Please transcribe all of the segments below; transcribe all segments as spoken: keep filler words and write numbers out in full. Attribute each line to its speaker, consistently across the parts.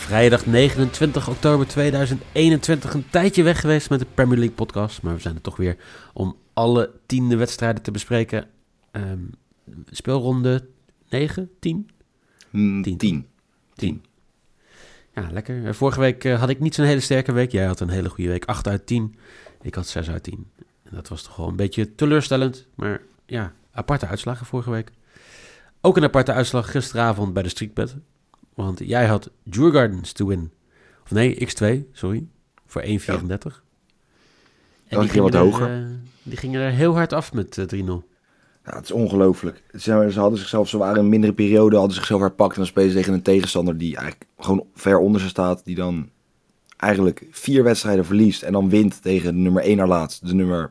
Speaker 1: Vrijdag negenentwintig oktober tweeduizend eenentwintig. Een tijdje weg geweest met de Premier League podcast. Maar we zijn er toch weer om alle tiende wedstrijden te bespreken. Um, speelronde negen, tien?
Speaker 2: Mm, tien. tien.
Speaker 1: tien. Ja, lekker. Vorige week uh, had ik niet zo'n hele sterke week. Jij had een hele goede week. acht uit tien. Ik had zes uit tien. En dat was toch wel een beetje teleurstellend. Maar ja, aparte uitslagen vorige week. Ook een aparte uitslag gisteravond bij de Streakbet. Want jij had Djurgårdens to win. Of nee, X twee, sorry. Voor één komma vierendertig.
Speaker 2: Ja. En die gingen wat er, hoger.
Speaker 1: Uh, die gingen er heel hard af met uh, drie nul.
Speaker 2: Ja, het is ongelooflijk. Ze hadden zichzelf, ze waren in een mindere periode, hadden zichzelf herpakt. En dan spelen ze tegen een tegenstander die eigenlijk gewoon ver onder ze staat. Die dan eigenlijk vier wedstrijden verliest. En dan wint tegen de nummer één naar laatst. De nummer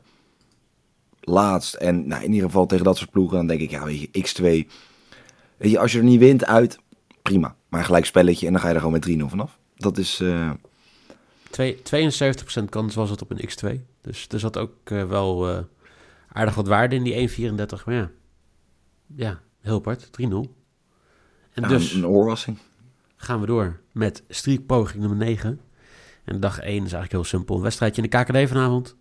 Speaker 2: laatst. En nou, in ieder geval tegen dat soort ploegen. Dan denk ik, ja, weet je, X twee. Weet je, als je er niet wint uit, prima. Maar gelijk spelletje en dan ga je er gewoon met drie nul vanaf. Dat is... Uh...
Speaker 1: tweeënzeventig procent kans was het op een X twee. Dus er zat ook uh, wel uh, aardig wat waarde in die één komma vierendertig. Maar ja, ja heel apart. drie nul. En
Speaker 2: ja,
Speaker 1: dus
Speaker 2: een oorwassing.
Speaker 1: Gaan we door met streakpoging nummer negen. En dag één is eigenlijk heel simpel. Een wedstrijdje in de K K D vanavond.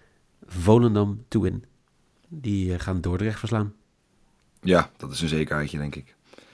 Speaker 1: Volendam to win. Die uh, gaan Dordrecht verslaan.
Speaker 2: Ja, dat is een zekerheidje, denk ik.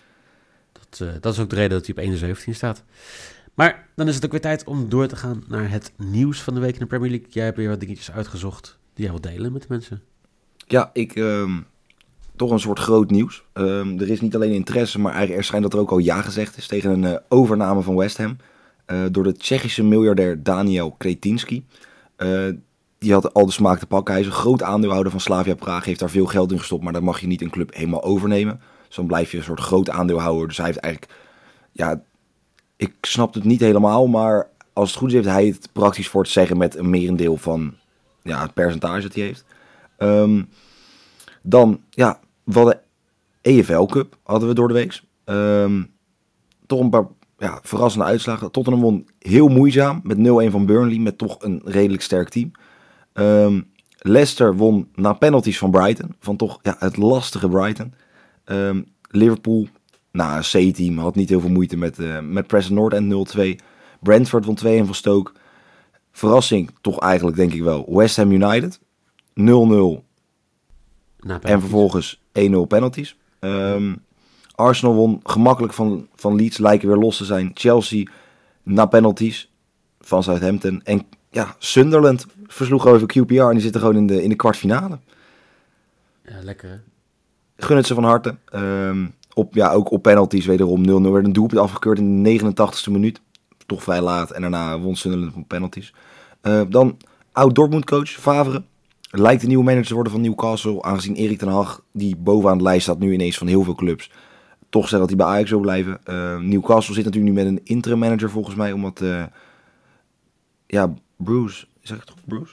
Speaker 1: Dat, uh, dat is ook de reden dat hij op één zeventien staat. Maar dan is het ook weer tijd om door te gaan naar het nieuws van de week in de Premier League. Jij hebt weer wat dingetjes uitgezocht die jij wilt delen met de mensen.
Speaker 2: Ja, ik... Um, toch een soort groot nieuws. Um, er is niet alleen interesse, maar eigenlijk er schijnt dat er ook al ja gezegd is tegen een uh, overname van West Ham. Uh, door de Tsjechische miljardair Daniel Kretinsky. Uh, die had al de smaak te pakken. Hij is een groot aandeelhouder van Slavia Praag. Heeft daar veel geld in gestopt, maar dan mag je niet een club helemaal overnemen. Dus dan blijf je een soort groot aandeelhouder. Dus hij heeft eigenlijk... Ja, ik snap het niet helemaal, maar als het goed is heeft hij het praktisch voor te zeggen met een merendeel van ja, het percentage dat hij heeft. Um, dan, ja, we hadden E F L Cup, hadden we door de week. Um, toch een paar ja, verrassende uitslagen. Tottenham won heel moeizaam met nul-een van Burnley, met toch een redelijk sterk team. Um, Leicester won na penalties van Brighton, van toch ja, het lastige Brighton. Um, Liverpool, nou, een C-team, had niet heel veel moeite met, uh, met Preston North End nul-twee. Brentford won twee-een van Stoke. Verrassing, toch eigenlijk denk ik wel, West Ham United, nul-nul. En vervolgens één nul penalties. Um, Arsenal won gemakkelijk van, van Leeds, lijken weer los te zijn. Chelsea na penalties van Southampton. En ja, Sunderland versloeg over Q P R en die zitten gewoon in de, in de kwartfinale.
Speaker 1: Ja, lekker hè?
Speaker 2: Gun het ze van harte. Um, op, ja, ook op penalties wederom nul-nul. Werd een doelpunt afgekeurd in de negenentachtigste minuut. Toch vrij laat. En daarna won Sunderland op penalties. Uh, dan oud-Dortmund-coach Favre. Lijkt de nieuwe manager te worden van Newcastle. Aangezien Erik ten Hag, die bovenaan de lijst staat nu ineens van heel veel clubs, toch zegt dat hij bij Ajax wil blijven. Uh, Newcastle zit natuurlijk nu met een interim manager volgens mij. Omdat, uh, ja, Bruce, zeg ik toch Bruce?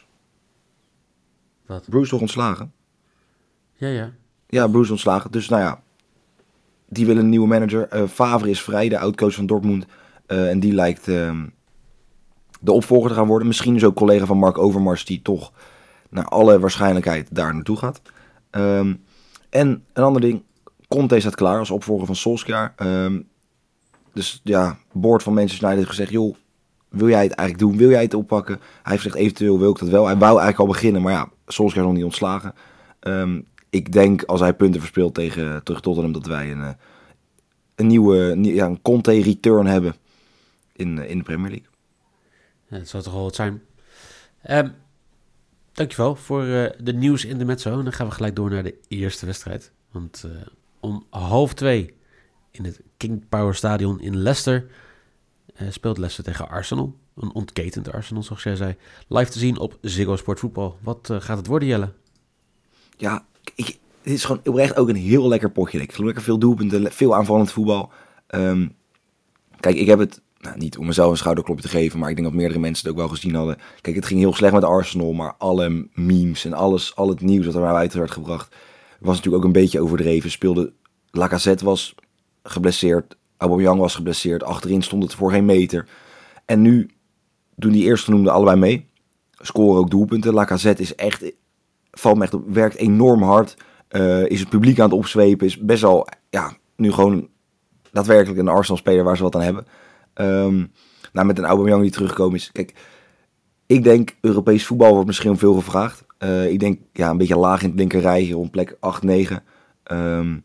Speaker 1: Wat?
Speaker 2: Bruce toch ontslagen?
Speaker 1: Ja, ja.
Speaker 2: Ja, Bruce ontslagen. Dus nou ja, die willen een nieuwe manager. Uh, Favre is vrij, de oud-coach van Dortmund. Uh, en die lijkt uh, de opvolger te gaan worden. Misschien is ook collega van Mark Overmars die toch naar alle waarschijnlijkheid daar naartoe gaat. Um, en een ander ding, Conte staat klaar als opvolger van Solskjaer. Um, dus ja, board van Manchester United heeft gezegd, joh, wil jij het eigenlijk doen? Wil jij het oppakken? Hij heeft gezegd, eventueel wil ik dat wel. Hij wou eigenlijk al beginnen, maar ja, Solskjaer is nog niet ontslagen. Um, ik denk, als hij punten verspeelt tegen terug Tottenham, dat wij een, een nieuwe, ja, een Conte-return hebben in, in de Premier League.
Speaker 1: Ja, dat zou toch wel wat zijn. Um, Dankjewel voor uh, de nieuws in de Mezzo. En dan gaan we gelijk door naar de eerste wedstrijd. Want uh, om half twee in het King Power Stadion in Leicester uh, speelt Leicester tegen Arsenal. Een ontketend Arsenal, zoals jij zei. Live te zien op Ziggo Sport Voetbal. Wat uh, gaat het worden, Jelle?
Speaker 2: Ja, ik, dit is gewoon oprecht ook een heel lekker potje. Ik geloof lekker veel doelpunten, veel aanvallend voetbal. Um, kijk, ik heb het... Nou, niet om mezelf een schouderklopje te geven, maar ik denk dat meerdere mensen het ook wel gezien hadden. Kijk, het ging heel slecht met Arsenal, maar alle memes en alles, al het nieuws dat er naar buiten werd gebracht, was natuurlijk ook een beetje overdreven. Speelde, Lacazette was geblesseerd, Aubameyang was geblesseerd, achterin stond het voor geen meter. En nu doen die eerstgenoemde allebei mee, scoren ook doelpunten. Lacazette is echt, valt me echt op, werkt enorm hard, uh, is het publiek aan het opzwepen, is best wel, ja, nu gewoon daadwerkelijk een Arsenal-speler waar ze wat aan hebben. Um, nou, met een Aubameyang die teruggekomen is. Kijk, ik denk Europees voetbal wordt misschien veel gevraagd. Uh, ik denk ja, een beetje laag in het linkerrijtje rond plek acht, negen. Um,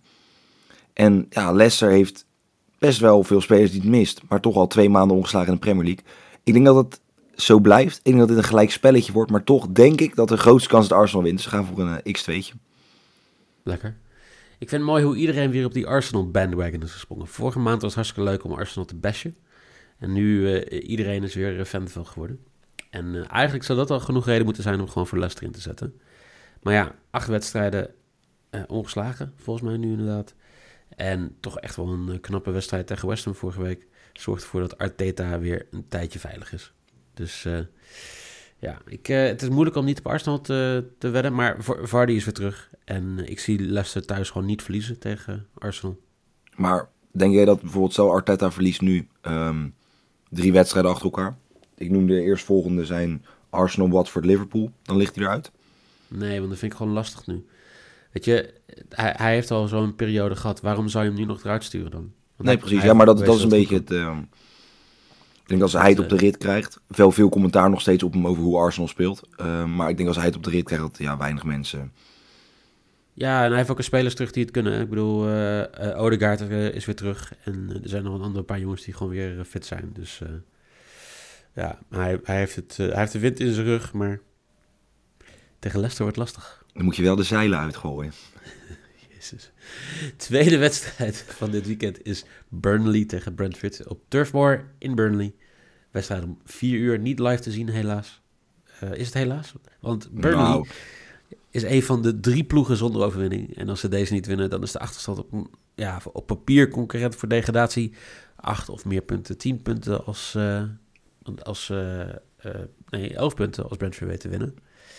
Speaker 2: en ja, Leicester heeft best wel veel spelers die het mist. Maar toch al twee maanden ongeslagen in de Premier League. Ik denk dat het zo blijft. Ik denk dat dit een gelijk spelletje wordt. Maar toch denk ik dat de grootste kans dat Arsenal wint. Ze gaan voor een uh, x twee'tje.
Speaker 1: Lekker. Ik vind het mooi hoe iedereen weer op die Arsenal bandwagon is gesprongen. Vorige maand was het hartstikke leuk om Arsenal te bashen. En nu uh, iedereen is weer fan van geworden. En uh, eigenlijk zou dat al genoeg reden moeten zijn om gewoon voor Leicester in te zetten. Maar ja, acht wedstrijden uh, ongeslagen, volgens mij nu inderdaad. En toch echt wel een uh, knappe wedstrijd tegen West Ham vorige week. Zorgt ervoor dat Arteta weer een tijdje veilig is. Dus uh, ja, ik, uh, het is moeilijk om niet op Arsenal te, te wedden. Maar Vardy is weer terug. En uh, ik zie Leicester thuis gewoon niet verliezen tegen Arsenal.
Speaker 2: Maar denk jij dat bijvoorbeeld zo Arteta verliest nu um, drie wedstrijden achter elkaar? Ik noemde de eerstvolgende zijn Arsenal, Watford, Liverpool. Dan ligt hij eruit.
Speaker 1: Nee, want dat vind ik gewoon lastig nu. Weet je, hij, hij heeft al zo'n periode gehad. Waarom zou je hem nu nog eruit sturen dan? Want
Speaker 2: nee, precies. Ja, maar dat, dat is een beetje het... Uh, ik denk als hij het op de rit krijgt... Wel veel commentaar nog steeds op hem over hoe Arsenal speelt. Uh, maar ik denk als hij het op de rit krijgt... dat ja, weinig mensen...
Speaker 1: Ja, en hij heeft ook een spelers terug die het kunnen. Ik bedoel, uh, uh, Odegaard uh, is weer terug. En uh, er zijn nog een andere paar jongens die gewoon weer uh, fit zijn. Dus uh, ja, hij, hij, heeft het, uh, hij heeft de wind in zijn rug. Maar tegen Leicester wordt het lastig.
Speaker 2: Dan moet je wel de zeilen uitgooien.
Speaker 1: Jezus. Tweede wedstrijd van dit weekend is Burnley tegen Brentford op Turf Moor in Burnley. Wedstrijd om vier uur, niet live te zien helaas. Uh, is het helaas? Want Burnley nou. is een van de drie ploegen zonder overwinning. En als ze deze niet winnen, dan is de achterstand op, ja, op papier concurrent voor degradatie. Acht of meer punten, tien punten als, uh, als uh, uh, nee, elf punten als Brentford weet te winnen.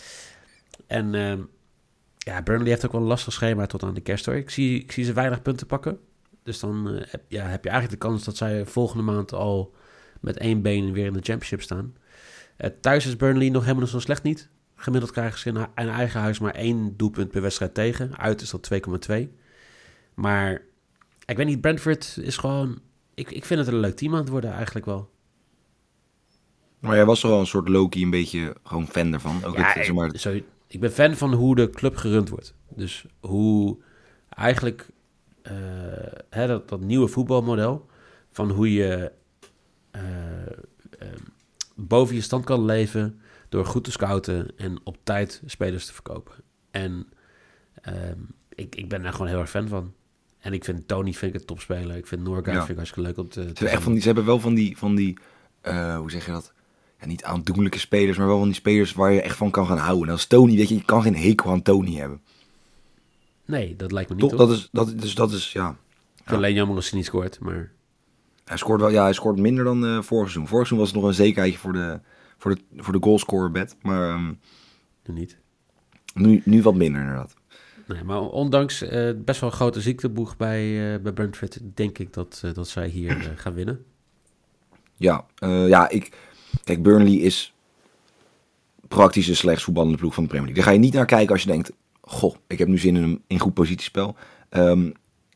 Speaker 1: En uh, ja, Burnley heeft ook wel een lastig schema tot aan de kerst hoor. Ik zie, ik zie ze weinig punten pakken. Dus dan uh, heb, ja, heb je eigenlijk de kans dat zij volgende maand al met één been weer in de championship staan. Uh, thuis is Burnley nog helemaal zo slecht niet. Gemiddeld krijgen ze in hun eigen huis maar één doelpunt per wedstrijd tegen. Uit is dat twee komma twee. Maar ik weet niet, Brentford is gewoon... Ik, ik vind het een leuk team aan het worden eigenlijk wel.
Speaker 2: Maar jij was er wel een soort Loki, een beetje gewoon fan ervan. Ook
Speaker 1: ja,
Speaker 2: het, zeg maar...
Speaker 1: sorry, ik ben fan van hoe de club gerund wordt. Dus hoe eigenlijk uh, hè, dat, dat nieuwe voetbalmodel... van hoe je uh, uh, boven je stand kan leven... door goed te scouten en op tijd spelers te verkopen. En um, ik, ik ben daar gewoon heel erg fan van. En ik vind Tony vind ik een topspeler. Ik vind Norgard ja. vind ik hartstikke leuk om te, te
Speaker 2: ze, echt van die, ze hebben wel van die, van die uh, hoe zeg je dat? Ja, niet aandoenlijke spelers, maar wel van die spelers waar je echt van kan gaan houden. En als Tony, weet je, je kan geen hekel aan Tony hebben.
Speaker 1: Nee, dat lijkt me niet.
Speaker 2: Toch, dat is, dat, dus dat is, ja.
Speaker 1: Ik vind alleen jammer als hij niet scoort, maar...
Speaker 2: Hij scoort wel, ja, hij scoort minder dan uh, vorig seizoen. Vorig seizoen was het nog een zekerheidje voor de... Voor de, voor de goalscorer bed, maar... Um,
Speaker 1: nu niet.
Speaker 2: Nu, nu wat minder inderdaad.
Speaker 1: Nee, maar ondanks uh, best wel een grote ziekteboeg bij, uh, bij Brentford... denk ik dat, uh, dat zij hier uh, gaan winnen.
Speaker 2: Ja, uh, ja, ik... Kijk, Burnley is praktisch de slechtst voetballende ploeg van de Premier League. Daar ga je niet naar kijken als je denkt... Goh, ik heb nu zin in een in goed positiespel. Um,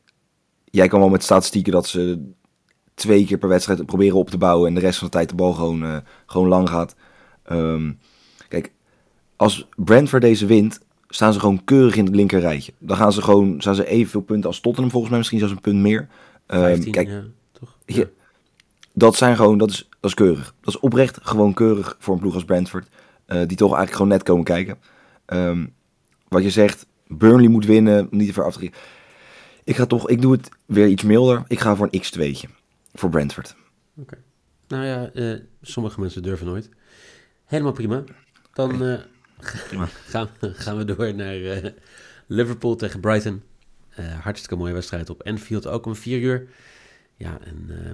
Speaker 2: jij kan wel met statistieken dat ze... twee keer per wedstrijd proberen op te bouwen... en de rest van de tijd de bal gewoon, uh, gewoon lang gaat. Um, kijk, als Brentford deze wint... staan ze gewoon keurig in het linker rijtje. Dan gaan ze gewoon, staan ze evenveel punten als Tottenham... volgens mij misschien zelfs een punt meer. Um,
Speaker 1: vijftien,
Speaker 2: kijk,
Speaker 1: ja, toch?
Speaker 2: Ja.
Speaker 1: Ja.
Speaker 2: Dat zijn gewoon, dat is, dat is keurig. Dat is oprecht gewoon keurig voor een ploeg als Brentford... Uh, die toch eigenlijk gewoon net komen kijken. Um, wat je zegt, Burnley moet winnen... om niet te ver af te gaan. Ik ga toch, ik doe het weer iets milder. Ik ga voor een x twee'tje. Voor Brentford.
Speaker 1: Oké. Okay. Nou ja, uh, sommige mensen durven nooit. Helemaal prima. Dan uh, prima. Gaan, gaan we door naar uh, Liverpool tegen Brighton. Uh, hartstikke mooie wedstrijd op Anfield, ook om vier uur. Ja, en uh,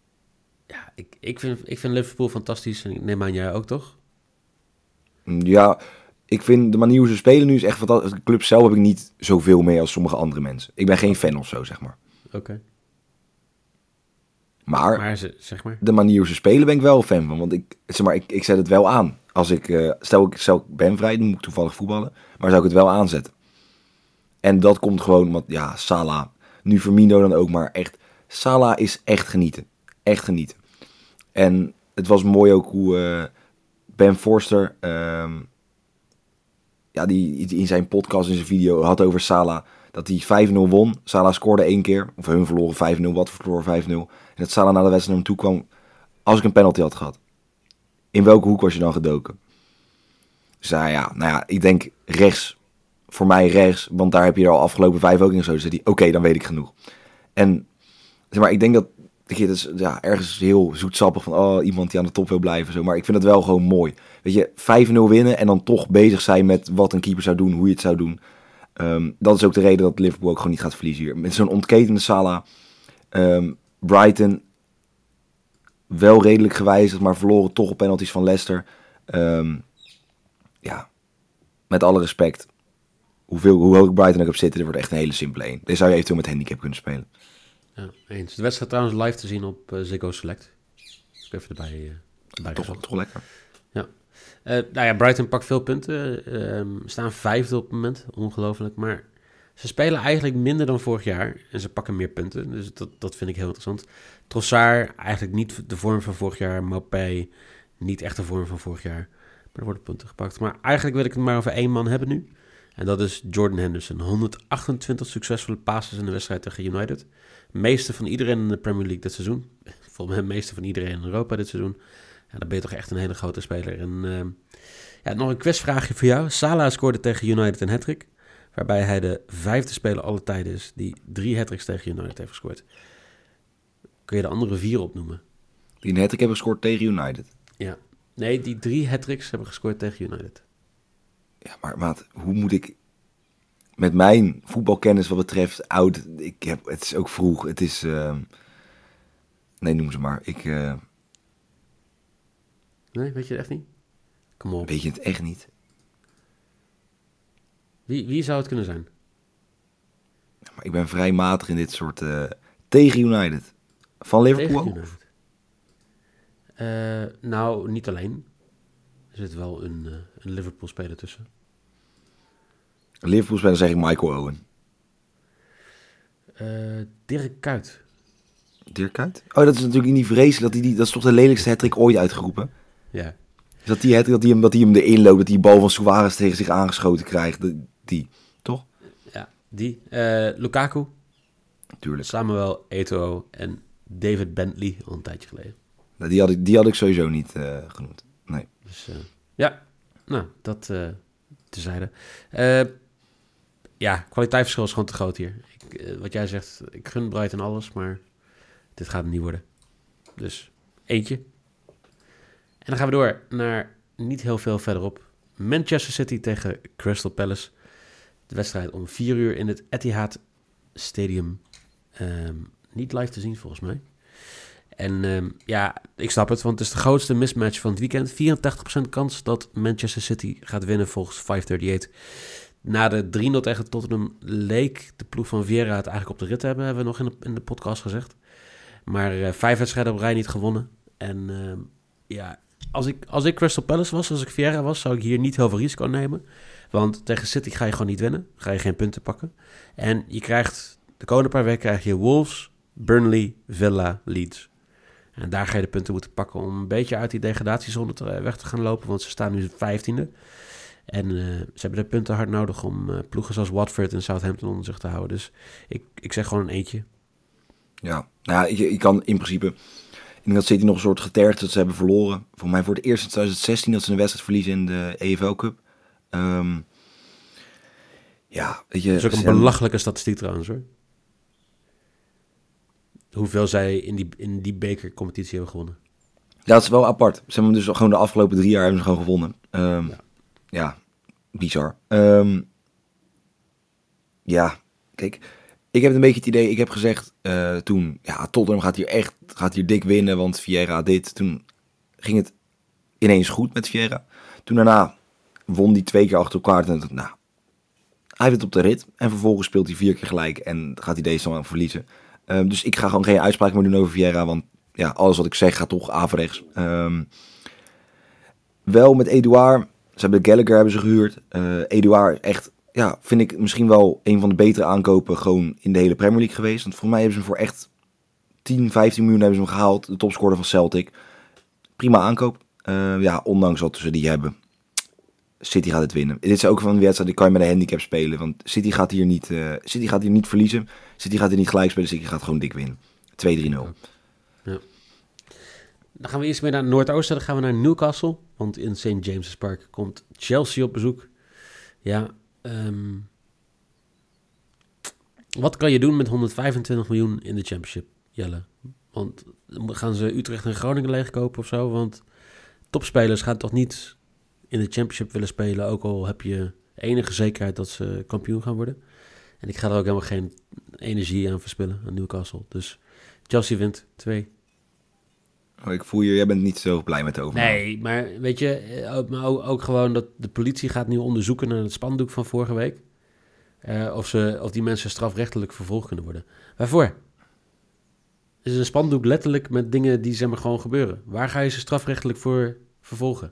Speaker 1: ja, ik, ik, vind, ik vind Liverpool fantastisch. En ik neem aan jij ook, toch?
Speaker 2: Ja, ik vind de manier hoe ze spelen nu is echt fantastisch. De club zelf heb ik niet zoveel mee als sommige andere mensen. Ik ben geen fan of zo, zeg maar.
Speaker 1: Oké. Okay.
Speaker 2: Maar,
Speaker 1: maar, ze, zeg maar
Speaker 2: de manier hoe ze spelen ben ik wel fan van. Want ik, zeg maar, ik, ik zet het wel aan. Als ik, uh, stel ik, stel ik ben vrij, dan moet ik toevallig voetballen. Maar zou ik het wel aanzetten. En dat komt gewoon, want ja, Salah. Nu Firmino dan ook, maar echt. Salah is echt genieten. Echt genieten. En het was mooi ook hoe uh, Ben Forster, um, ja, die, die in zijn podcast, in zijn video had over Salah, dat hij vijf nul won. Salah scoorde één keer, of hun verloren vijf nul, wat verloren vijf nul. En dat Salah na de wedstrijd naar hem toe kwam, als ik een penalty had gehad. In welke hoek was je dan gedoken? Dus uh, ja, nou ja, ik denk rechts. Voor mij rechts, want daar heb je er al afgelopen vijf ook in zo. Dus zei hij, oké, okay, dan weet ik genoeg. En zeg maar, ik denk dat het is ja, ergens heel zoetsappig van oh, iemand die aan de top wil blijven. Zo. Maar ik vind het wel gewoon mooi. Weet je, vijf nul winnen en dan toch bezig zijn met wat een keeper zou doen, hoe je het zou doen. Um, dat is ook de reden dat Liverpool ook gewoon niet gaat verliezen hier. Met zo'n ontketende Salah. Um, Brighton wel redelijk gewijzigd, maar verloren toch op penalties van Leicester. Um, ja, met alle respect. Hoeveel, hoe hoog Brighton ook op zitten, dit wordt echt een hele simpele één. Deze zou je eventueel met handicap kunnen spelen.
Speaker 1: Ja, eens. De wedstrijd trouwens live te zien op uh, Ziggo Select. Ik even erbij, uh, erbij
Speaker 2: toch, toch lekker.
Speaker 1: Ja. Uh, nou ja, Brighton pakt veel punten. Uh, staan vijfde op het moment. Ongelooflijk. Maar ze spelen eigenlijk minder dan vorig jaar. En ze pakken meer punten. Dus dat, dat vind ik heel interessant. Trossard, eigenlijk niet de vorm van vorig jaar. Maupay, niet echt de vorm van vorig jaar. Maar er worden punten gepakt. Maar eigenlijk wil ik het maar over één man hebben nu. En dat is Jordan Henderson. honderdachtentwintig succesvolle passes in de wedstrijd tegen United. Meeste van iedereen in de Premier League dit seizoen. Volgens mij meeste van iedereen in Europa dit seizoen. Ja, dan ben je toch echt een hele grote speler. En uh, ja, nog een quizvraagje voor jou. Salah scoorde tegen United een hat-trick. Waarbij hij de vijfde speler alle tijden is die drie hat-tricks tegen United heeft gescoord. Kun je de andere vier opnoemen?
Speaker 2: Die een hat-trick hebben gescoord tegen United?
Speaker 1: Ja. Nee, die drie hat-tricks hebben gescoord tegen United.
Speaker 2: Ja, maar maat, hoe moet ik met mijn voetbalkennis wat betreft oud, ik heb, het is ook vroeg, het is, uh, nee, noem ze maar, ik, uh,
Speaker 1: nee, weet je het echt niet? Kom op.
Speaker 2: Weet je het echt niet?
Speaker 1: Wie, wie zou het kunnen zijn?
Speaker 2: Ja, maar ik ben vrij matig in dit soort, uh, tegen United. Van Liverpool
Speaker 1: tegen United. Uh, nou, niet alleen. Er zit wel een, uh, een Liverpool-speler tussen.
Speaker 2: Liverpool-speler zeg ik Michael Owen.
Speaker 1: Uh, Dirk Kuyt.
Speaker 2: Dirk Kuyt? Oh, dat is natuurlijk niet vreselijk. Dat, die, die, dat is toch de lelijkste hat-trick ooit uitgeroepen?
Speaker 1: Ja.
Speaker 2: Dat die hat-trick, dat hij hem, dat hij hem erin loopt, dat die bal van Suarez tegen zich aangeschoten krijgt. Die, die toch?
Speaker 1: Ja, die. Uh, Lukaku.
Speaker 2: Tuurlijk.
Speaker 1: Samuel Eto'o en David Bentley al een tijdje geleden.
Speaker 2: Nou, die, had ik, die had ik sowieso niet uh, genoemd. Nee.
Speaker 1: Dus uh, ja, nou, dat uh, tezijde. Uh, ja, kwaliteitsverschil is gewoon te groot hier. Ik, uh, wat jij zegt, ik gun Brighton alles, maar dit gaat hem niet worden. Dus eentje. En dan gaan we door naar niet heel veel verderop. Manchester City tegen Crystal Palace. De wedstrijd om vier uur in het Etihad Stadium. Um, niet live te zien volgens mij. En um, ja, ik snap het, want het is de grootste mismatch van het weekend. vierentachtig procent kans dat Manchester City gaat winnen volgens vijfhonderdachtendertig. Na de drie nul tegen Tottenham leek de ploeg van Vieira het eigenlijk op de rit te hebben, hebben we nog in de, in de podcast gezegd. Maar uh, vijf wedstrijden op rij niet gewonnen. En uh, ja, als ik, als ik Crystal Palace was, als ik Vieira was, zou ik hier niet heel veel risico nemen. Want tegen City ga je gewoon niet winnen. Ga je geen punten pakken. En je krijgt, de komende paar weken krijg je Wolves, Burnley, Villa, Leeds. En daar ga je de punten moeten pakken om een beetje uit die degradatiezone te, weg te gaan lopen. Want ze staan nu vijftiende. En uh, ze hebben de punten hard nodig om uh, ploegen zoals Watford en Southampton onder zich te houden. Dus ik, ik zeg gewoon een eentje.
Speaker 2: Ja, nou ja, je, je kan in principe... Ik denk dat City nog een soort getergd dat ze hebben verloren. Voor mij voor het eerst in twintig zestien dat ze een wedstrijd verliezen in de E F L Cup. Um, ja, weet je...
Speaker 1: Dat is ook een
Speaker 2: zijn...
Speaker 1: belachelijke statistiek trouwens hoor. Hoeveel zij in die, in die bekercompetitie hebben gewonnen.
Speaker 2: Ja, dat is wel apart. Ze hebben dus gewoon de afgelopen drie jaar hebben ze gewoon gewonnen. Um, ja. ja, bizar. Um, ja, kijk... Ik heb een beetje het idee, ik heb gezegd uh, toen, ja, Tottenham gaat hier echt, gaat hier dik winnen, want Vieira dit. Toen ging het ineens goed met Vieira. Toen daarna won hij twee keer achter elkaar. En nou, hij heeft het op de rit. En vervolgens speelt hij vier keer gelijk en gaat hij deze dan verliezen. Um, dus ik ga gewoon geen uitspraak meer doen over Vieira, want ja, alles wat ik zeg gaat toch averechts. Um, wel met Edouard, ze hebben Gallagher hebben ze gehuurd. Uh, Edouard echt... Ja, vind ik misschien wel een van de betere aankopen gewoon in de hele Premier League geweest. Want volgens mij hebben ze hem voor echt tien, vijftien miljoen hebben ze hem gehaald. De topscorer van Celtic. prima aankoop. Uh, ja, ondanks wat ze die hebben. City gaat het winnen. Dit is ook van een wedstrijd, die kan je met een handicap spelen. Want City gaat hier niet, uh, City gaat hier niet verliezen. City gaat hier niet gelijk spelen, City gaat gewoon dik winnen. twee drie nul.
Speaker 1: Ja. Dan gaan we eerst weer naar het Noordoosten. Dan gaan we naar Newcastle. Want in Saint James's Park komt Chelsea op bezoek. Ja, um, wat kan je doen met honderdvijfentwintig miljoen in de Championship, Jelle? Want gaan ze Utrecht en Groningen leegkopen of zo? Want topspelers gaan toch niet in de Championship willen spelen, ook al heb je enige zekerheid dat ze kampioen gaan worden. En ik ga er ook helemaal geen energie aan verspillen, aan Newcastle. Dus Chelsea wint twee.
Speaker 2: Oh, ik voel je, jij bent niet zo blij met de overname.
Speaker 1: Nee, maar weet je, ook, maar ook, ook gewoon dat de politie gaat nu onderzoeken naar het spandoek van vorige week. Uh, of, ze, of die mensen strafrechtelijk vervolgd kunnen worden. Waarvoor? Het is een spandoek letterlijk met dingen die zeg maar gewoon gebeuren. Waar ga je ze strafrechtelijk voor vervolgen?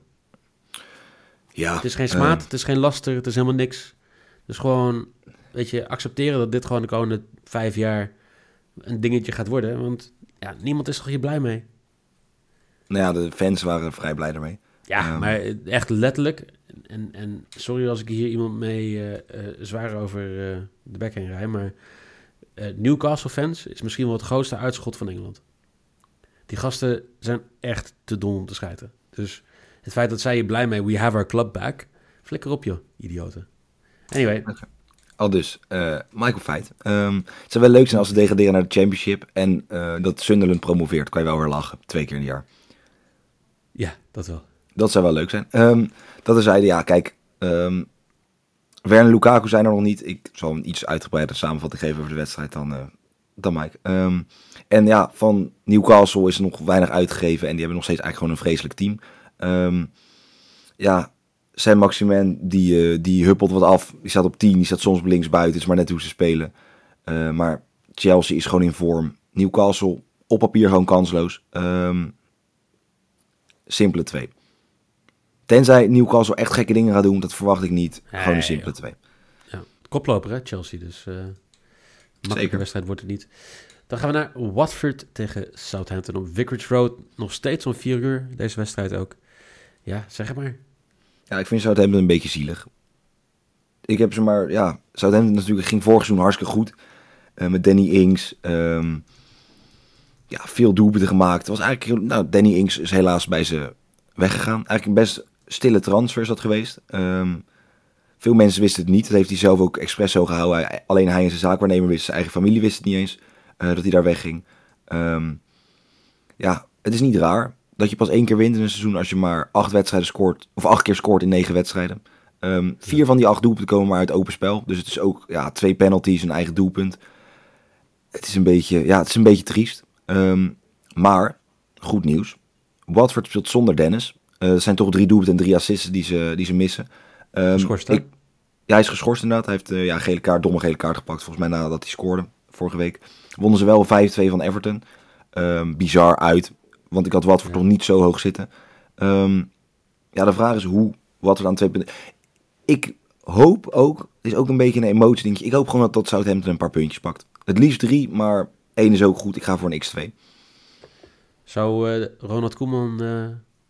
Speaker 2: Ja,
Speaker 1: het is geen smaad,
Speaker 2: uh,
Speaker 1: het is geen laster, het is helemaal niks. Dus gewoon, weet je, accepteren dat dit gewoon de komende vijf jaar een dingetje gaat worden. Want ja, niemand is er hier blij mee.
Speaker 2: Nou ja, de fans waren vrij blij ermee.
Speaker 1: Ja, um, maar echt letterlijk. En, en sorry als ik hier iemand mee uh, uh, zwaar over uh, de bek heen rij, maar uh, Newcastle fans is misschien wel het grootste uitschot van Engeland. Die gasten zijn echt te dom om te schijten. Dus het feit dat zij je blij mee, we have our club back, flikker op joh, idioten. Anyway.
Speaker 2: Okay. Al dus, uh, Michael Feit. Um, het zou wel leuk zijn als ze degraderen naar de Championship en uh, dat Sunderland promoveert. Kan je wel weer lachen, twee keer in een jaar.
Speaker 1: Ja, dat wel.
Speaker 2: Dat zou wel leuk zijn. Um, dat is zeiden, ja, kijk, um, Werner en Lukaku zijn er nog niet. Ik zal een iets uitgebreider samenvatting geven over de wedstrijd dan, uh, dan Mike. Um, en ja, van Newcastle is er nog weinig uitgegeven en die hebben nog steeds eigenlijk gewoon een vreselijk team. Um, ja, Saint-Maximin, die, uh, die huppelt wat af. Die staat op tien, die staat soms links buiten. Het is maar net hoe ze spelen. Uh, maar Chelsea is gewoon in vorm. Newcastle op papier gewoon kansloos. Um, simpele twee. Tenzij Newcastle echt gekke dingen gaat doen, dat verwacht ik niet.
Speaker 1: Nee,
Speaker 2: gewoon een simpele twee.
Speaker 1: Ja, koploper hè, Chelsea. Dus uh, makkelijke
Speaker 2: Zeker.
Speaker 1: wedstrijd wordt het niet. Dan gaan we naar Watford tegen Southampton op Vicarage Road. Nog steeds om vier uur, deze wedstrijd ook. Ja, zeg het maar.
Speaker 2: Ja, ik vind Southampton een beetje zielig. Ik heb ze maar, ja, Southampton natuurlijk ging vorig seizoen hartstikke goed. Uh, met Danny Ings. Um, ja, veel doelpunten gemaakt. Het was eigenlijk, nou, Danny Ings is helaas bij ze weggegaan. Eigenlijk een best stille transfer is dat geweest. Um, veel mensen wisten het niet. Dat heeft hij zelf ook expres zo gehouden. Hij, alleen hij en zijn zaakwaarnemer wisten, zijn eigen familie wist het niet eens. Uh, dat hij daar wegging. Um, ja, het is niet raar dat je pas één keer wint in een seizoen als je maar acht wedstrijden scoort. Of acht keer scoort in negen wedstrijden. Um, vier ja. van die acht doelpunten komen maar uit open spel. Dus het is ook ja, twee penalties, een eigen doelpunt. Het is een beetje, ja, het is een beetje triest. Um, maar, goed nieuws. Watford speelt zonder Dennis. Uh, er zijn toch drie doelpunten en drie assists die ze, die ze missen. Um,
Speaker 1: geschorst, hè?
Speaker 2: ik, ja, hij is geschorst inderdaad. Hij heeft uh, ja, gele kaart, domme gele kaart gepakt. Volgens mij nadat hij scoorde vorige week. Wonnen ze wel vijf twee van Everton. Um, bizar uit. Want ik had Watford ja. nog niet zo hoog zitten. Um, ja, de vraag is hoe Watford aan twee punten... Ik hoop ook, het is ook een beetje een emotie dingetje. Ik hoop gewoon dat, dat Southampton een paar puntjes pakt. Het liefst drie, maar één is ook goed. Ik ga voor een X twee.
Speaker 1: Zou uh, Ronald Koeman uh,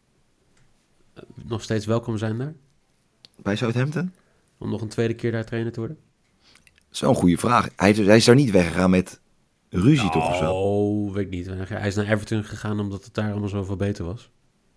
Speaker 1: nog steeds welkom zijn daar?
Speaker 2: Bij Southampton?
Speaker 1: Om nog een tweede keer daar trainer te worden?
Speaker 2: Zo'n goede vraag. Hij, hij is daar niet weggegaan met ruzie,
Speaker 1: oh,
Speaker 2: toch of zo?
Speaker 1: Oh, weet ik niet. Hij is naar Everton gegaan omdat het daar allemaal zoveel beter was.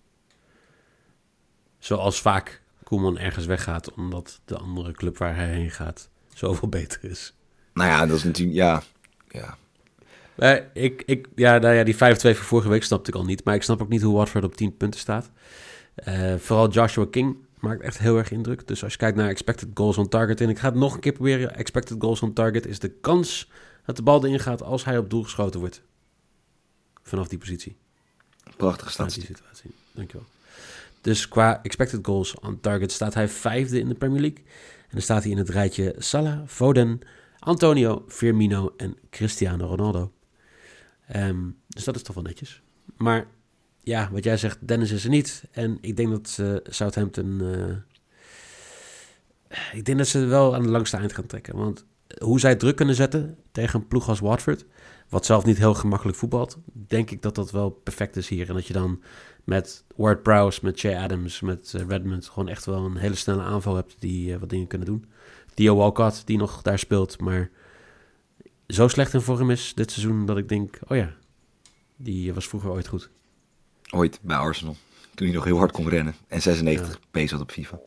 Speaker 1: Zoals vaak Koeman ergens weggaat omdat de andere club waar hij heen gaat zoveel beter is.
Speaker 2: Nou ja, dat is natuurlijk, ja... ja.
Speaker 1: Uh, ik, ik, ja, nou ja, die vijf twee van vorige week snapte ik al niet. Maar ik snap ook niet hoe Watford op tien punten staat. Uh, vooral Joshua King maakt echt heel erg indruk. Dus als je kijkt naar expected goals on target... en ik ga het nog een keer proberen. Expected goals on target is de kans dat de bal erin gaat als hij op doel geschoten wordt. Vanaf die positie.
Speaker 2: Prachtige statistiek.
Speaker 1: Die situatie. Dankjewel. Dus qua expected goals on target staat hij vijfde in de Premier League. En dan staat hij in het rijtje Salah, Foden, Antonio, Firmino en Cristiano Ronaldo. Um, dus dat is toch wel netjes. Maar ja, wat jij zegt, Dennis is er niet. En ik denk dat uh, Southampton... Uh, ik denk dat ze wel aan de langste eind gaan trekken. Want hoe zij druk kunnen zetten tegen een ploeg als Watford, wat zelf niet heel gemakkelijk voetbalt, denk ik dat dat wel perfect is hier. En dat je dan met Ward-Prowse, met Che Adams, met uh, Redmond gewoon echt wel een hele snelle aanval hebt die uh, wat dingen kunnen doen. Theo Walcott, die nog daar speelt, maar zo slecht in vorm is dit seizoen dat ik denk, oh ja, die was vroeger ooit goed.
Speaker 2: Ooit bij Arsenal, toen hij nog heel hard kon rennen en zesennegentig ja. pace had op FIFA.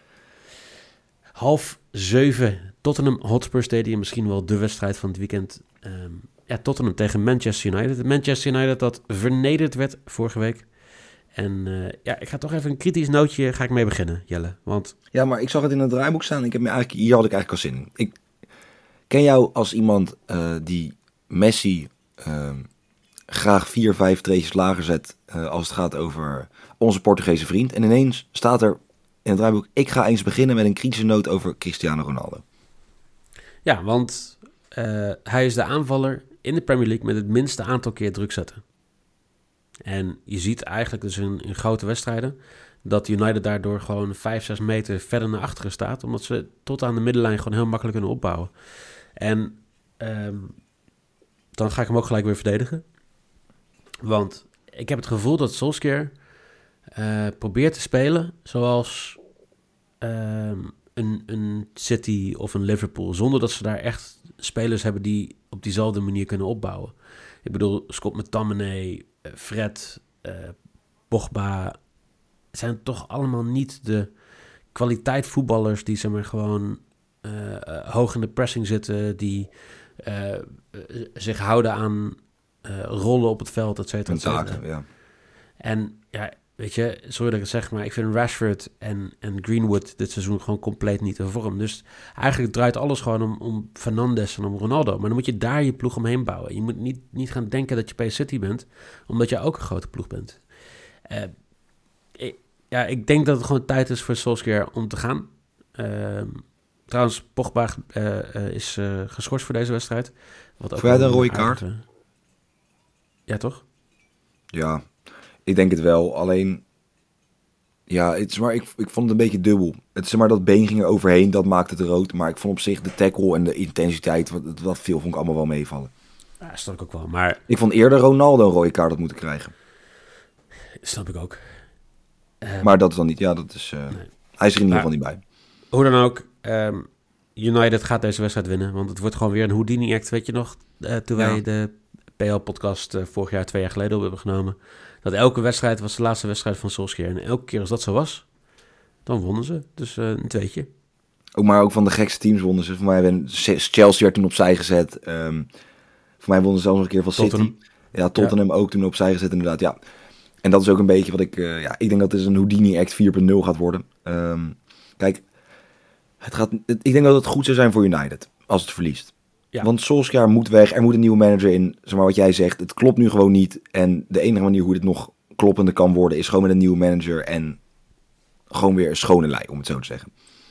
Speaker 1: Half zeven, Tottenham Hotspur Stadium, misschien wel de wedstrijd van het weekend. Um, ja, Tottenham tegen Manchester United. Manchester United dat vernederd werd vorige week. En uh, ja, ik ga toch even een kritisch nootje ga ik mee beginnen, Jelle. Want...
Speaker 2: Ja, maar ik zag het in het draaiboek staan. Ik heb me eigenlijk, hier had ik eigenlijk al zin in. Ik ken jou als iemand uh, die Messi uh, graag vier, vijf treetjes lager zet uh, als het gaat over onze Portugese vriend. En ineens staat er in het draaiboek, ik ga eens beginnen met een kritische noot over Cristiano Ronaldo.
Speaker 1: Ja, want uh, hij is de aanvaller in de Premier League met het minste aantal keer druk zetten. En je ziet eigenlijk dus in, in grote wedstrijden dat United daardoor gewoon vijf, zes meter verder naar achteren staat. Omdat ze tot aan de middenlijn gewoon heel makkelijk kunnen opbouwen. En um, dan ga ik hem ook gelijk weer verdedigen. Want ik heb het gevoel dat Solskjaer uh, probeert te spelen zoals um, een, een City of een Liverpool. Zonder dat ze daar echt spelers hebben die op diezelfde manier kunnen opbouwen. Ik bedoel, Scott McTominay, Fred, uh, Pogba, zijn toch allemaal niet de kwaliteit voetballers die zeg maar gewoon uh, uh, hoog in de pressing zitten, die uh, uh, zich houden aan uh, rollen op het veld, et cetera, et cetera.
Speaker 2: Ja.
Speaker 1: En ja, weet je, sorry dat ik het zeg, maar ik vind Rashford en, en Greenwood dit seizoen gewoon compleet niet in vorm. Dus eigenlijk draait alles gewoon om, om Fernandes en om Ronaldo. Maar dan moet je daar je ploeg omheen bouwen. Je moet niet, niet gaan denken dat je P S City bent, omdat je ook een grote ploeg bent. Uh, ik, ja, ik denk dat het gewoon tijd is voor Solskjaer om te gaan. Uh, trouwens, Pogba uh, uh, is uh, geschorst voor deze wedstrijd.
Speaker 2: Wat ook Voor een rode kaart? Uh,
Speaker 1: ja, toch?
Speaker 2: Ja, ik denk het wel. Alleen, ja, het is maar, ik, ik vond het een beetje dubbel. Het is maar dat been ging er overheen, dat maakte het rood. Maar ik vond op zich de tackle en de intensiteit, wat, wat veel vond ik allemaal wel meevallen.
Speaker 1: Ja, snap ik ook wel. Maar
Speaker 2: ik vond eerder Ronaldo een rode kaart had moeten krijgen.
Speaker 1: Snap ik ook.
Speaker 2: Um, maar dat is dan niet, ja, dat is, uh, nee. Hij is er in ieder geval niet bij.
Speaker 1: Hoe dan ook, um, United gaat deze wedstrijd winnen. Want het wordt gewoon weer een Houdini-act, weet je nog? Uh, toen ja. wij de P L-podcast uh, vorig jaar, twee jaar geleden op hebben genomen. Dat elke wedstrijd was de laatste wedstrijd van Solskjaer. En elke keer als dat zo was, dan wonnen ze. Dus uh, een tweetje.
Speaker 2: Ook maar ook van de gekste teams wonnen ze. Voor mij hebben Chelsea werd toen opzij gezet. Um, voor mij wonnen ze zelfs nog een keer van Tottenham. City. Ja, Tottenham ja. ook toen opzij gezet inderdaad, ja. En dat is ook een beetje wat ik... Uh, ja, ik denk dat het een Houdini-act vier punt nul gaat worden. Um, kijk, het gaat, het, ik denk dat het goed zou zijn voor United als het verliest. Ja. Want Solskjaer moet weg, er moet een nieuwe manager in. Zeg maar wat jij zegt, het klopt nu gewoon niet. En de enige manier hoe dit nog kloppender kan worden is gewoon met een nieuwe manager en gewoon weer een schone lei, om het zo te zeggen.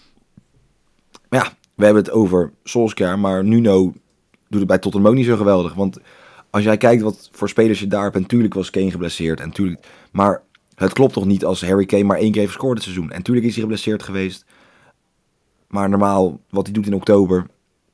Speaker 2: Maar ja, we hebben het over Solskjaer, maar Nuno doet het bij Tottenham ook niet zo geweldig. Want als jij kijkt wat voor spelers je daar hebt, en natuurlijk was Kane geblesseerd, en natuurlijk, maar het klopt toch niet als Harry Kane maar één keer heeft gescoord dit seizoen. En natuurlijk is hij geblesseerd geweest. Maar normaal, wat hij doet in oktober,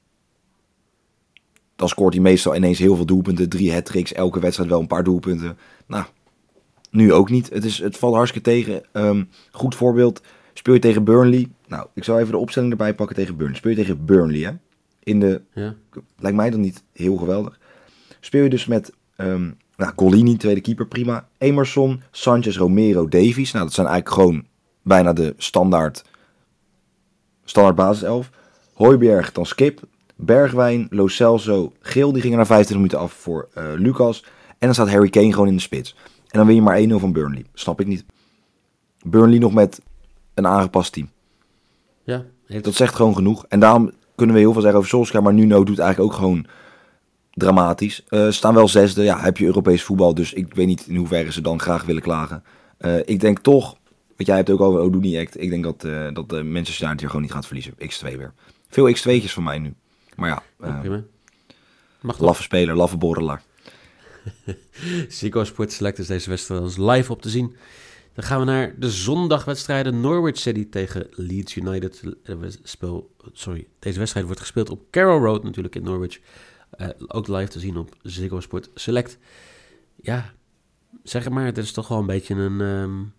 Speaker 2: dan scoort hij meestal ineens heel veel doelpunten. Drie hat-tricks, elke wedstrijd wel een paar doelpunten. Nou, nu ook niet. Het, is, het valt hartstikke tegen. Um, goed voorbeeld, speel je tegen Burnley. Nou, ik zal even de opstelling erbij pakken tegen Burnley. Speel je tegen Burnley, hè? In de, ja. Lijkt mij dan niet heel geweldig. Speel je dus met um, nou, Golini, tweede keeper, prima. Emerson, Sanchez, Romero, Davies. Nou, dat zijn eigenlijk gewoon bijna de standaard, standaard basiself. Hooiberg, dan Skip. Bergwijn, Lo Celso, Geel, die gingen na vijfentwintig minuten af voor uh, Lucas. En dan staat Harry Kane gewoon in de spits. En dan win je maar één nul van Burnley. Snap ik niet. Burnley nog met een aangepast team.
Speaker 1: Ja, heeft...
Speaker 2: Dat zegt gewoon genoeg. En daarom kunnen we heel veel zeggen over Solskjaer, maar Nuno doet eigenlijk ook gewoon dramatisch. Uh, ze staan wel zesde, ja, heb je Europees voetbal, dus ik weet niet in hoeverre ze dan graag willen klagen. Uh, ik denk toch, wat jij hebt ook over Houdini Act, ik denk dat, uh, dat de Manchester United hier gewoon niet gaat verliezen. X twee weer. Veel X twee'tjes van mij nu. Maar ja, uh,
Speaker 1: prima. Mag
Speaker 2: laffe speler, laffe borrelaar.
Speaker 1: Zico Sport Select is deze wedstrijd als live op te zien. Dan gaan we naar de zondagwedstrijden. Norwich City tegen Leeds United. Speel, sorry, deze wedstrijd wordt gespeeld op Carrow Road natuurlijk in Norwich. Uh, ook live te zien op Ziggo Sport Select. Ja, zeg het maar. Het is toch wel een beetje een, um,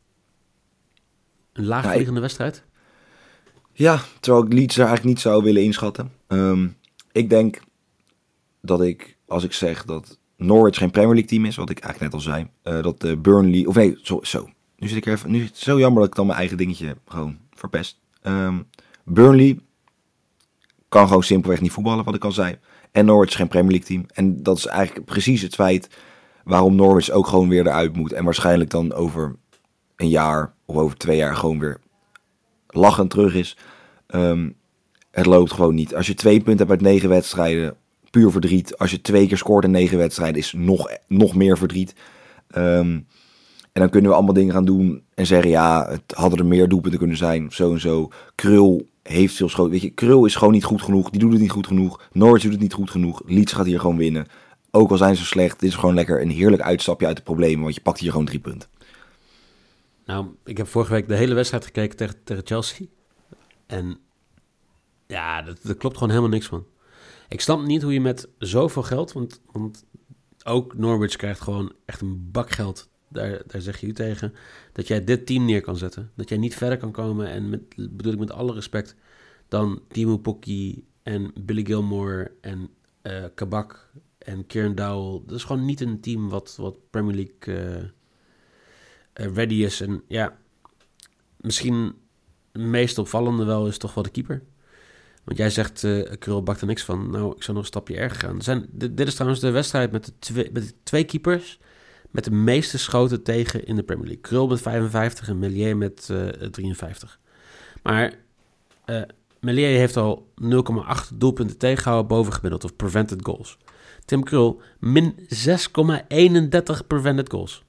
Speaker 1: een laagvliegende
Speaker 2: ja, ik...
Speaker 1: wedstrijd.
Speaker 2: Ja, terwijl ik Leeds er eigenlijk niet zou willen inschatten. Um, ik denk dat ik, als ik zeg dat Norwich geen Premier League team is, wat ik eigenlijk net al zei, uh, dat uh, Burnley, of nee, zo, zo. Nu zit ik er even, nu is het zo jammer dat ik dan mijn eigen dingetje gewoon verpest. Um, Burnley kan gewoon simpelweg niet voetballen, wat ik al zei. En Norwich is geen Premier League team. En dat is eigenlijk precies het feit waarom Norwich ook gewoon weer eruit moet. En waarschijnlijk dan over een jaar of over twee jaar gewoon weer lachend terug is. Um, het loopt gewoon niet. Als je twee punten hebt uit negen wedstrijden, puur verdriet. Als je twee keer scoort in negen wedstrijden, is nog, nog meer verdriet. Um, en dan kunnen we allemaal dingen gaan doen en zeggen, ja, het hadden er meer doelpunten kunnen zijn, zo en zo. Krul heeft veel schoten. Weet je, Krul is gewoon niet goed genoeg. Die doet het niet goed genoeg. Norwich doet het niet goed genoeg. Leeds gaat hier gewoon winnen. Ook al zijn ze slecht, dit is gewoon lekker een heerlijk uitstapje uit de problemen, want je pakt hier gewoon drie punten.
Speaker 1: Nou, ik heb vorige week de hele wedstrijd gekeken tegen, tegen Chelsea. En ja, dat, dat klopt gewoon helemaal niks van. Ik snap niet hoe je met zoveel geld, want, want ook Norwich krijgt gewoon echt een bak geld. Daar, daar zeg je u tegen. Dat jij dit team neer kan zetten. Dat jij niet verder kan komen. En met, bedoel ik met alle respect, dan Timo Pukki en Billy Gilmore en uh, Kabak en Kieran Dowell. Dat is gewoon niet een team wat, wat Premier League uh, uh, ready is. En ja, misschien het meest opvallende wel is toch wel de keeper. Want jij zegt, uh, Krul bakt er niks van. Nou, ik zou nog een stapje erger gaan. Zijn, dit, dit is trouwens de wedstrijd met de, twee, met de twee keepers met de meeste schoten tegen in de Premier League. Krul met vijfenvijftig en Meslier met uh, drieënvijftig. Maar uh, Meslier heeft al nul komma acht doelpunten tegengehouden boven gemiddeld, of prevented goals. Tim Krul, min zes komma eenendertig prevented goals.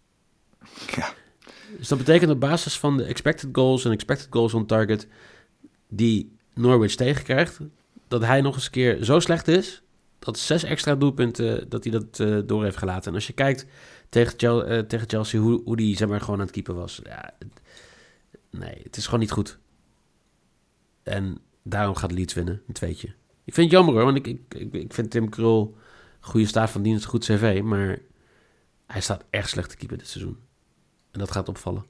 Speaker 2: Ja.
Speaker 1: Dus dat betekent op basis van de expected goals en expected goals on target die Norwich tegenkrijgt, dat hij nog eens een keer zo slecht is, dat zes extra doelpunten, dat hij dat uh, door heeft gelaten. En als je kijkt tegen, Chel- uh, tegen Chelsea, hoe, hoe die zeg maar gewoon aan het keeper was. Ja, het, nee, het is gewoon niet goed. En daarom gaat Leeds winnen, een tweetje. Ik vind het jammer hoor, want ik, ik, ik, ik vind Tim Krul goede staat van dienst, goed cv, maar hij staat echt slecht te keeper dit seizoen. En dat gaat opvallen.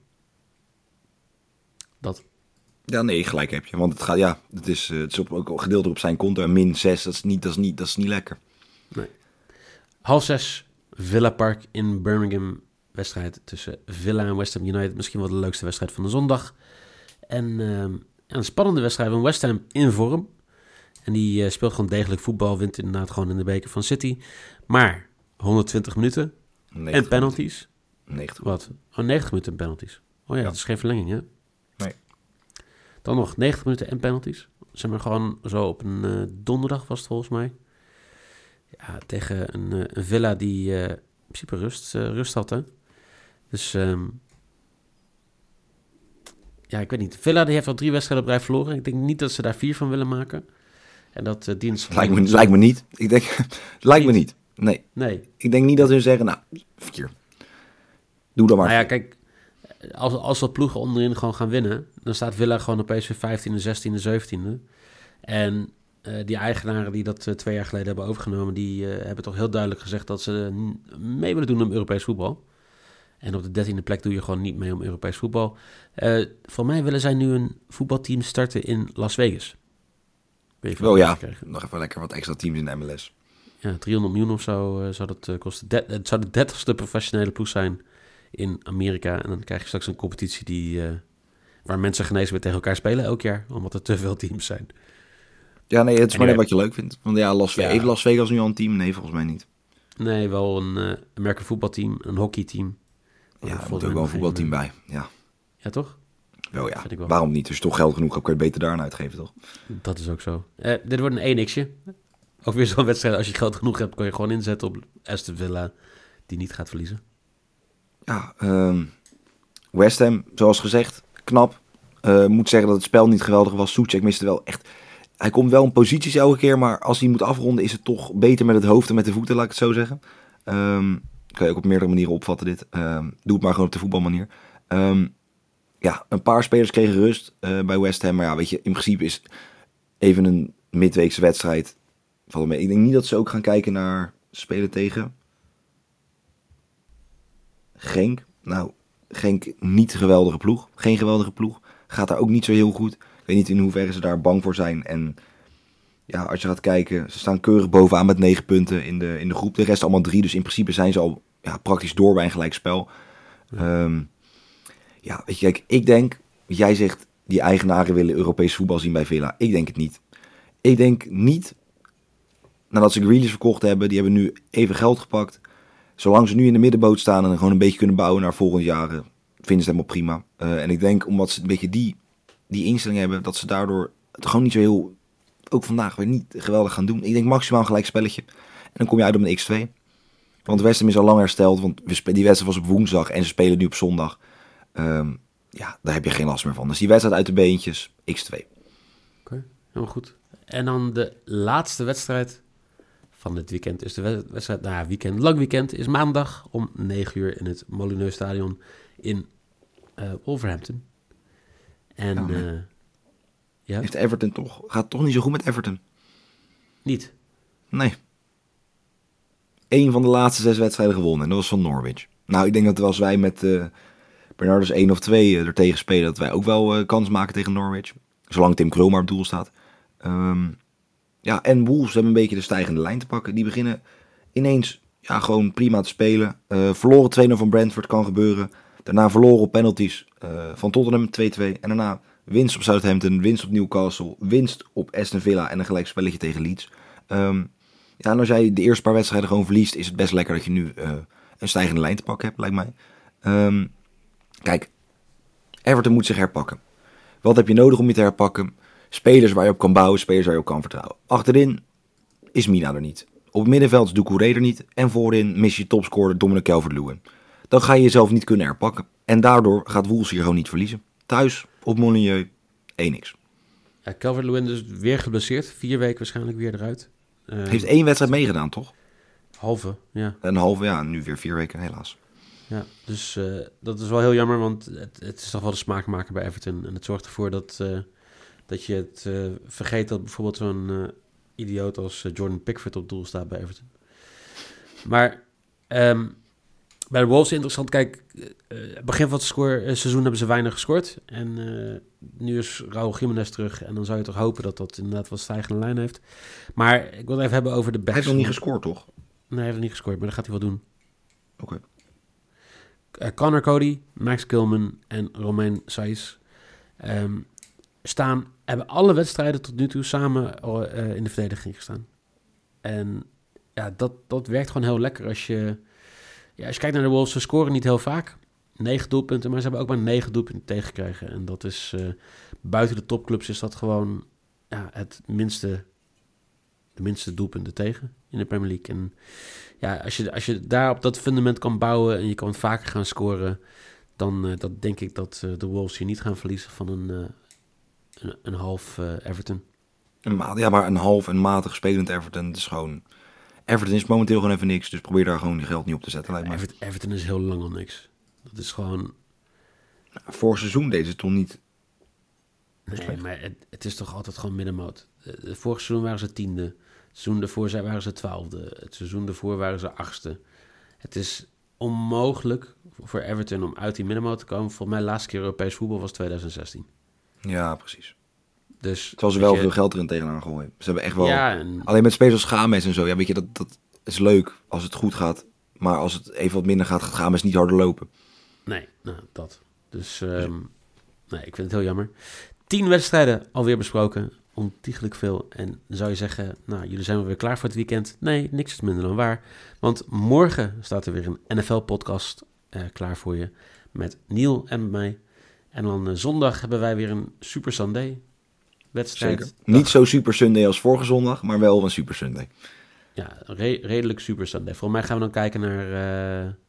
Speaker 1: Dat.
Speaker 2: Ja, nee, gelijk heb je. Want het gaat, ja, het is, het is op, ook gedeeltelijk op zijn konto. En min zes, dat is niet, dat is niet, dat is niet lekker.
Speaker 1: Nee. Half zes, Villa Park in Birmingham. Wedstrijd tussen Villa en West Ham United. Misschien wel de leukste wedstrijd van de zondag. En uh, een spannende wedstrijd van West Ham in vorm. En die uh, speelt gewoon degelijk voetbal. Wint inderdaad gewoon in de beker van City. Maar honderdtwintig minuten en penalties.
Speaker 2: negentig.
Speaker 1: Wat? Oh, negentig minuten en penalties. Oh ja, ja. Dat is geen verlenging, hè?
Speaker 2: Nee.
Speaker 1: Dan nog negentig minuten en penalties. Zeg maar gewoon zo op een uh, donderdag was het volgens mij. Ja, tegen een, uh, een Villa die uh, in principe rust, uh, rust had, hè. Dus, um, ja, ik weet niet. Villa die heeft al drie wedstrijden op rij verloren. Ik denk niet dat ze daar vier van willen maken. En dat uh, dienst...
Speaker 2: Lijkt me, lijkt me niet. Ik denk, lijkt me niet. Nee.
Speaker 1: Nee.
Speaker 2: Ik denk niet dat hun zeggen, nou, vier. Doe dan maar.
Speaker 1: Nou ja, kijk, als, als dat ploegen onderin gewoon gaan winnen, dan staat Villa gewoon opeens weer vijftiende, zestiende, zeventiende. En uh, die eigenaren die dat uh, twee jaar geleden hebben overgenomen, die uh, hebben toch heel duidelijk gezegd dat ze uh, mee willen doen om Europees voetbal. En op de dertiende plek doe je gewoon niet mee om Europees voetbal. Uh, voor mij willen zij nu een voetbalteam starten in Las Vegas.
Speaker 2: Oh ja, nog even lekker wat extra teams in de M L S.
Speaker 1: Ja, driehonderd miljoen of zo uh, zou dat uh, kosten. De- het zou de dertigste professionele ploeg zijn in Amerika. En dan krijg je straks een competitie die, uh, waar mensen genezen weer tegen elkaar spelen elk jaar. Omdat er te veel teams zijn.
Speaker 2: Ja, nee, het is maar net wat je leuk vindt. Want ja, Las Vegas,
Speaker 1: ja.
Speaker 2: heeft Las Vegas nu al een team? Nee, volgens mij niet.
Speaker 1: Nee, wel een uh, American voetbalteam, een hockeyteam.
Speaker 2: Ja, er moet ook wel een voetbalteam bij. Ja,
Speaker 1: ja toch?
Speaker 2: Wel ja, wel. Waarom niet? Als je toch geld genoeg hebt, kun je het beter daaraan uitgeven, toch?
Speaker 1: Dat is ook zo. Uh, dit wordt een één x'je. Ook weer zo'n wedstrijd, als je geld genoeg hebt, kun je gewoon inzetten op Aston Villa, die niet gaat verliezen.
Speaker 2: Ja, um, West Ham, zoals gezegd, knap. Uh, moet zeggen dat het spel niet geweldig was. Souček miste wel echt... Hij komt wel in posities elke keer, maar als hij moet afronden is het toch beter met het hoofd en met de voeten, laat ik het zo zeggen. Um, kan je ook op meerdere manieren opvatten dit. Um, doe het maar gewoon op de voetbalmanier. Um, ja, een paar spelers kregen rust uh, bij West Ham. Maar ja, weet je, in principe is even een midweekse wedstrijd. Valt mee. Ik denk niet dat ze ook gaan kijken naar spelen tegen Genk. Nou, Genk niet een geweldige ploeg. Geen geweldige ploeg. Gaat daar ook niet zo heel goed. Ik weet niet in hoeverre ze daar bang voor zijn. En ja, als je gaat kijken, ze staan keurig bovenaan met negen punten in de, in de groep. De rest allemaal drie. Dus in principe zijn ze al ja, praktisch door bij een gelijkspel. Ja. Um, ja, weet je, kijk, ik denk, jij zegt, die eigenaren willen Europees voetbal zien bij Villa. Ik denk het niet. Ik denk niet, nadat ze Grealish verkocht hebben, die hebben nu even geld gepakt. Zolang ze nu in de middenboot staan en gewoon een beetje kunnen bouwen naar volgend jaar, vinden ze het helemaal prima. Uh, en ik denk, omdat ze een beetje die, die instelling hebben, dat ze daardoor het gewoon niet zo heel, ook vandaag weer niet geweldig gaan doen. Ik denk maximaal een gelijk spelletje. En dan kom je uit op een x twee. Want West Ham is al lang hersteld, want we spe- die wedstrijd was op woensdag en ze spelen nu op zondag. Um, ja, daar heb je geen last meer van. Dus die wedstrijd uit de beentjes, x twee.
Speaker 1: Oké, okay, helemaal goed. En dan de laatste wedstrijd van dit weekend is de wedstrijd, nou ja, weekend, lang weekend, is maandag om negen uur in het Molineux Stadion in uh, Wolverhampton. En ja, uh, ja.
Speaker 2: Heeft Everton toch, gaat het toch niet zo goed met Everton?
Speaker 1: Niet?
Speaker 2: Nee. Eén van de laatste zes wedstrijden gewonnen en dat was van Norwich. Nou, ik denk dat als wij met uh, Bernardus één of twee uh, er tegen spelen, dat wij ook wel uh, kans maken tegen Norwich. Zolang Tim Krul maar op doel staat. Um, ja, en Wolves hebben een beetje de stijgende lijn te pakken. Die beginnen ineens ja, gewoon prima te spelen. Uh, verloren twee nul van Brentford, kan gebeuren. Daarna verloren op penalties uh, van Tottenham twee twee. En daarna winst op Southampton, winst op Newcastle, winst op Aston Villa en een gelijk spelletje tegen Leeds. Um, ja, en als jij de eerste paar wedstrijden gewoon verliest, is het best lekker dat je nu uh, een stijgende lijn te pakken hebt, lijkt mij. Um, kijk, Everton moet zich herpakken. Wat heb je nodig om je te herpakken? Spelers waar je op kan bouwen, spelers waar je op kan vertrouwen. Achterin is Mina er niet. Op het middenveld is Doucouré er niet. En voorin mis je topscorer Dominic Calvert-Lewin. Dan ga je jezelf niet kunnen herpakken. En daardoor gaat Wolves hier gewoon niet verliezen. Thuis, op Molineux, één niks.
Speaker 1: Ja, Calvert-Lewin dus weer geblesseerd. Vier weken waarschijnlijk weer eruit.
Speaker 2: Uh, Heeft één wedstrijd meegedaan, toch?
Speaker 1: Halve, ja.
Speaker 2: Een halve, ja. Nu weer vier weken, helaas.
Speaker 1: Ja, dus uh, dat is wel heel jammer, want het, het is toch wel de smaakmaker bij Everton. En het zorgt ervoor dat, uh, dat je het uh, vergeet dat bijvoorbeeld zo'n uh, idioot als uh, Jordan Pickford op doel staat bij Everton. Maar um, bij de Wolves interessant, kijk, uh, begin van het score, uh, seizoen hebben ze weinig gescoord. En uh, nu is Raúl Jiménez terug en dan zou je toch hopen dat dat inderdaad wat stijgende lijn heeft. Maar ik wil het even hebben over de backs.
Speaker 2: Hij heeft nog niet gescoord, toch?
Speaker 1: Nee, hij heeft nog niet gescoord, maar dat gaat hij wel doen.
Speaker 2: Oké. Okay.
Speaker 1: Uh, Connor Cody, Max Gilman en Romain Saiz um, staan, hebben alle wedstrijden tot nu toe samen uh, in de verdediging gestaan. En ja, dat, dat werkt gewoon heel lekker als je... Ja, als je kijkt naar de Wolves, ze scoren niet heel vaak. Negen doelpunten, maar ze hebben ook maar negen doelpunten tegengekregen. En dat is, uh, buiten de topclubs is dat gewoon ja, het minste, de minste doelpunten tegen in de Premier League. En ja, als je, als je daar op dat fundament kan bouwen en je kan vaker gaan scoren, dan uh, dat denk ik dat uh, de Wolves hier niet gaan verliezen van een, uh, een, een half uh, Everton.
Speaker 2: Een maat, ja, maar een half en matig spelend Everton, het is gewoon... Everton is momenteel gewoon even niks, dus probeer daar gewoon je geld niet op te zetten. Lijkt me.
Speaker 1: Everton, Everton is heel lang al niks. Dat is gewoon...
Speaker 2: Vorig seizoen deed ze toch niet...
Speaker 1: Nee, maar het, het is toch altijd gewoon middenmoot. Vorig seizoen waren ze tiende. Het seizoen daarvoor waren ze twaalfde. Het seizoen daarvoor waren ze achtste. Het is onmogelijk voor Everton om uit die middenmoot te komen. Volgens mij laatste keer Europees voetbal was twintig zestien.
Speaker 2: Ja, precies.
Speaker 1: Dus,
Speaker 2: terwijl ze wel je... veel geld erin tegenaan gooien. Ze hebben echt wel...
Speaker 1: Ja, en...
Speaker 2: Alleen met spelers als Games en zo. Ja, weet je, dat, dat is leuk als het goed gaat. Maar als het even wat minder gaat, gaat Games niet harder lopen.
Speaker 1: Nee, nou, dat. Dus, um, nee, ik vind het heel jammer. Tien wedstrijden alweer besproken. Ontiegelijk veel. En dan zou je zeggen, nou, jullie zijn wel weer klaar voor het weekend. Nee, niks is minder dan waar. Want morgen staat er weer een N F L-podcast uh, klaar voor je. Met Neil en met mij. En dan uh, zondag hebben wij weer een Super Sunday wedstrijd.
Speaker 2: Zeker. Niet zo Super Sunday als vorige zondag, maar wel een Super Sunday.
Speaker 1: Ja, re- redelijk Super Sunday. Volgens mij gaan we dan kijken naar... Uh,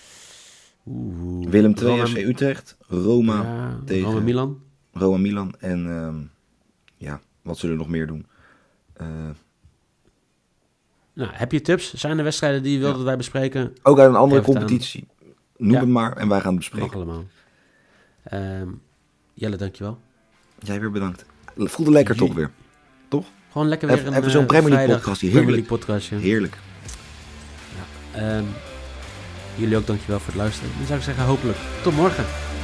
Speaker 1: oeh,
Speaker 2: Willem twee, F C Utrecht, Roma
Speaker 1: ja,
Speaker 2: tegen...
Speaker 1: Roma Milan.
Speaker 2: Roma Milan en um, ja, wat zullen we nog meer doen? Uh,
Speaker 1: nou, heb je tips? Zijn er wedstrijden die je wilt ja. dat wij bespreken?
Speaker 2: Ook uit een andere competitie. Noem
Speaker 1: ja.
Speaker 2: het maar en wij gaan het bespreken.
Speaker 1: Mag allemaal. Um, Jelle, dankjewel.
Speaker 2: Jij weer bedankt. Voelde lekker
Speaker 1: Jullie...
Speaker 2: toch weer. Toch?
Speaker 1: Gewoon lekker weer
Speaker 2: even,
Speaker 1: een
Speaker 2: even zo'n
Speaker 1: uh,
Speaker 2: Premier League podcastje. Heerlijk.
Speaker 1: podcastje.
Speaker 2: Heerlijk.
Speaker 1: Ja, um, jullie ook dankjewel voor het luisteren. Dan zou ik zeggen hopelijk tot morgen.